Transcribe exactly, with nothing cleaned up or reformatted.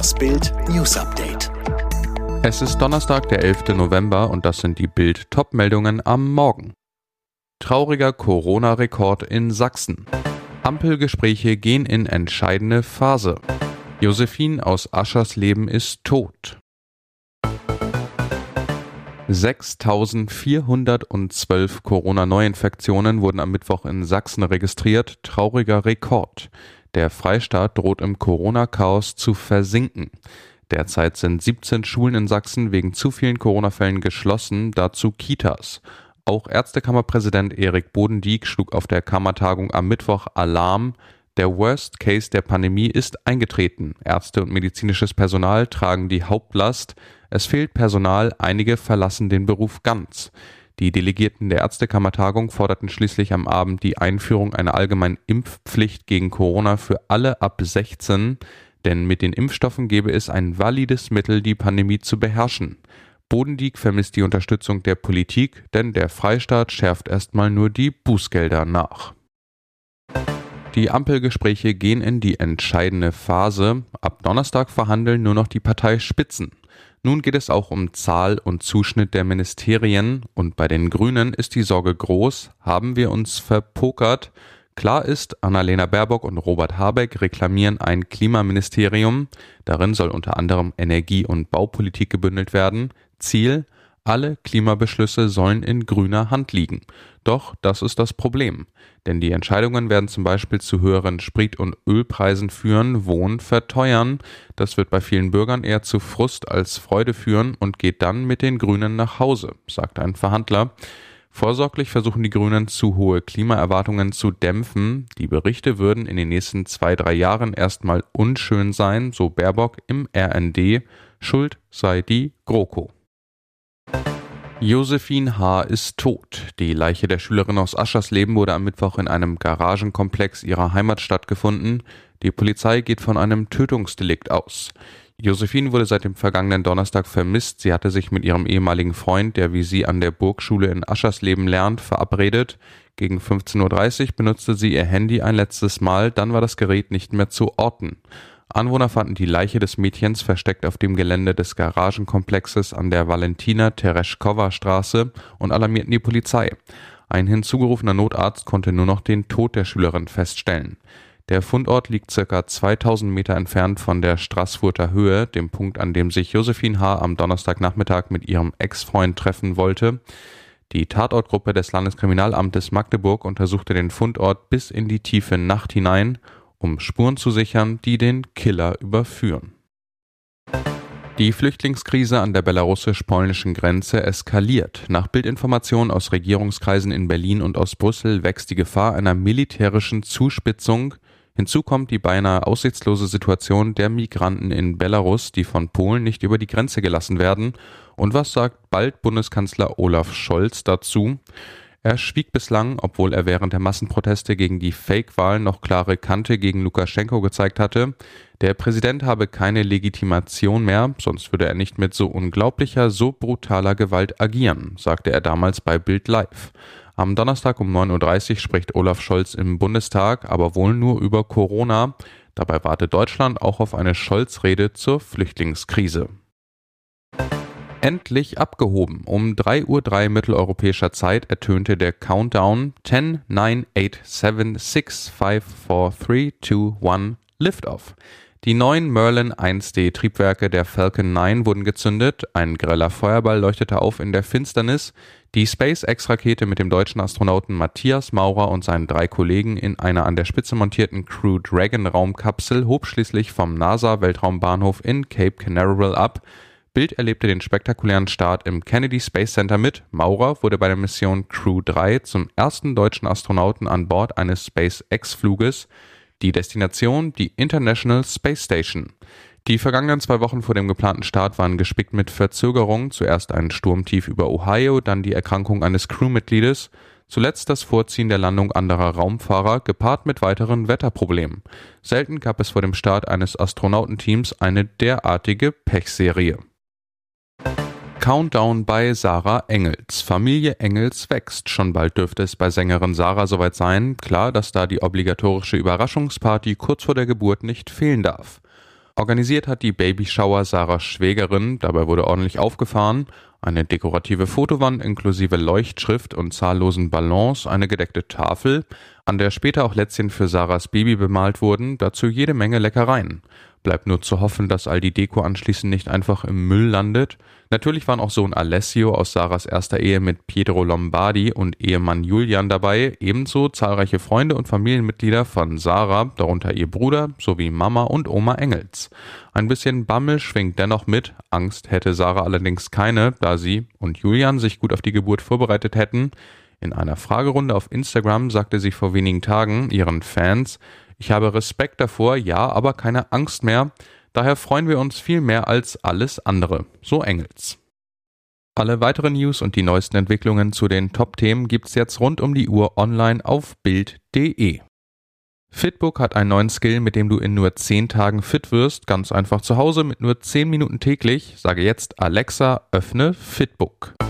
Das Bild News Update. Es ist Donnerstag, der elfter November, und das sind die Bild-Top-Meldungen am Morgen. Trauriger Corona-Rekord in Sachsen. Ampelgespräche gehen in entscheidende Phase. Josephine aus Aschersleben ist tot. sechstausendvierhundertzwölf Corona-Neuinfektionen wurden am Mittwoch in Sachsen registriert. Trauriger Rekord. Der Freistaat droht im Corona-Chaos zu versinken. Derzeit sind siebzehn Schulen in Sachsen wegen zu vielen Corona-Fällen geschlossen, dazu Kitas. Auch Ärztekammerpräsident Erik Bodendieck schlug auf der Kammertagung am Mittwoch Alarm. Der Worst Case der Pandemie ist eingetreten. Ärzte und medizinisches Personal tragen die Hauptlast. Es fehlt Personal, einige verlassen den Beruf ganz. Die Delegierten der Ärztekammertagung forderten schließlich am Abend die Einführung einer allgemeinen Impfpflicht gegen Corona für alle ab sechzehn, denn mit den Impfstoffen gäbe es ein valides Mittel, die Pandemie zu beherrschen. Bodendieck vermisst die Unterstützung der Politik, denn der Freistaat schärft erstmal nur die Bußgelder nach. Die Ampelgespräche gehen in die entscheidende Phase. Ab Donnerstag verhandeln nur noch die Parteispitzen. Nun geht es auch um Zahl und Zuschnitt der Ministerien, und bei den Grünen ist die Sorge groß: Haben wir uns verpokert? Klar ist, Annalena Baerbock und Robert Habeck reklamieren ein Klimaministerium. Darin soll unter anderem Energie- und Baupolitik gebündelt werden. Ziel: alle Klimabeschlüsse sollen in grüner Hand liegen. Doch das ist das Problem. Denn die Entscheidungen werden zum Beispiel zu höheren Sprit- und Ölpreisen führen, Wohnen verteuern. Das wird bei vielen Bürgern eher zu Frust als Freude führen und geht dann mit den Grünen nach Hause, sagt ein Verhandler. Vorsorglich versuchen die Grünen, zu hohe Klimaerwartungen zu dämpfen. Die Berichte würden in den nächsten zwei, drei Jahren erstmal unschön sein, so Baerbock im R N D. Schuld sei die GroKo. Josephine H. ist tot. Die Leiche der Schülerin aus Aschersleben wurde am Mittwoch in einem Garagenkomplex ihrer Heimatstadt gefunden. Die Polizei geht von einem Tötungsdelikt aus. Josephine wurde seit dem vergangenen Donnerstag vermisst. Sie hatte sich mit ihrem ehemaligen Freund, der wie sie an der Burgschule in Aschersleben lernt, verabredet. Gegen fünfzehn Uhr dreißig benutzte sie ihr Handy ein letztes Mal, dann war das Gerät nicht mehr zu orten. Anwohner fanden die Leiche des Mädchens versteckt auf dem Gelände des Garagenkomplexes an der Valentina-Tereschkowa-Straße und alarmierten die Polizei. Ein hinzugerufener Notarzt konnte nur noch den Tod der Schülerin feststellen. Der Fundort liegt ca. zweitausend Meter entfernt von der Straßfurter Höhe, dem Punkt, an dem sich Josephine H. am Donnerstagnachmittag mit ihrem Ex-Freund treffen wollte. Die Tatortgruppe des Landeskriminalamtes Magdeburg untersuchte den Fundort bis in die tiefe Nacht hinein, um Spuren zu sichern, die den Killer überführen. Die Flüchtlingskrise an der belarussisch-polnischen Grenze eskaliert. Nach Bildinformationen aus Regierungskreisen in Berlin und aus Brüssel wächst die Gefahr einer militärischen Zuspitzung. Hinzu kommt die beinahe aussichtslose Situation der Migranten in Belarus, die von Polen nicht über die Grenze gelassen werden. Und was sagt bald Bundeskanzler Olaf Scholz dazu? Er schwieg bislang, obwohl er während der Massenproteste gegen die Fake-Wahl noch klare Kante gegen Lukaschenko gezeigt hatte. Der Präsident habe keine Legitimation mehr, sonst würde er nicht mit so unglaublicher, so brutaler Gewalt agieren, sagte er damals bei Bild Live. Am Donnerstag um neun Uhr dreißig spricht Olaf Scholz im Bundestag, aber wohl nur über Corona. Dabei wartet Deutschland auch auf eine Scholz-Rede zur Flüchtlingskrise. Endlich abgehoben. Um drei Uhr drei mitteleuropäischer Zeit ertönte der Countdown zehn, neun, acht, sieben, sechs, fünf, vier, drei, zwei, eins, Liftoff. Die neuen Merlin eins D Triebwerke der Falcon neun wurden gezündet, ein greller Feuerball leuchtete auf in der Finsternis. Die SpaceX-Rakete mit dem deutschen Astronauten Matthias Maurer und seinen drei Kollegen in einer an der Spitze montierten Crew Dragon Raumkapsel hob schließlich vom NASA-Weltraumbahnhof in Cape Canaveral ab. Bild erlebte den spektakulären Start im Kennedy Space Center mit. Maurer wurde bei der Mission Crew drei zum ersten deutschen Astronauten an Bord eines SpaceX-Fluges. Die Destination, die International Space Station. Die vergangenen zwei Wochen vor dem geplanten Start waren gespickt mit Verzögerungen. Zuerst ein Sturmtief über Ohio, dann die Erkrankung eines Crewmitgliedes. Zuletzt das Vorziehen der Landung anderer Raumfahrer, gepaart mit weiteren Wetterproblemen. Selten gab es vor dem Start eines Astronautenteams eine derartige Pechserie. Countdown bei Sarah Engels. Familie Engels wächst. Schon bald dürfte es bei Sängerin Sarah soweit sein. Klar, dass da die obligatorische Überraschungsparty kurz vor der Geburt nicht fehlen darf. Organisiert hat die Babyshower Sarahs Schwägerin, dabei wurde ordentlich aufgefahren. Eine dekorative Fotowand inklusive Leuchtschrift und zahllosen Ballons, eine gedeckte Tafel, an der später auch Lätzchen für Sarahs Baby bemalt wurden, dazu jede Menge Leckereien. Bleibt nur zu hoffen, dass all die Deko anschließend nicht einfach im Müll landet. Natürlich waren auch Sohn Alessio aus Sarahs erster Ehe mit Pietro Lombardi und Ehemann Julian dabei, ebenso zahlreiche Freunde und Familienmitglieder von Sarah, darunter ihr Bruder sowie Mama und Oma Engels. Ein bisschen Bammel schwingt dennoch mit, Angst hätte Sarah allerdings keine, da sie und Julian sich gut auf die Geburt vorbereitet hätten. In einer Fragerunde auf Instagram sagte sie vor wenigen Tagen ihren Fans: Ich habe Respekt davor, ja, aber keine Angst mehr. Daher freuen wir uns viel mehr als alles andere. So Engels. Alle weiteren News und die neuesten Entwicklungen zu den Top-Themen gibt's jetzt rund um die Uhr online auf bild punkt de. Fitbook hat einen neuen Skill, mit dem du in nur zehn Tagen fit wirst. Ganz einfach zu Hause mit nur zehn Minuten täglich. Sage jetzt Alexa, öffne Fitbook.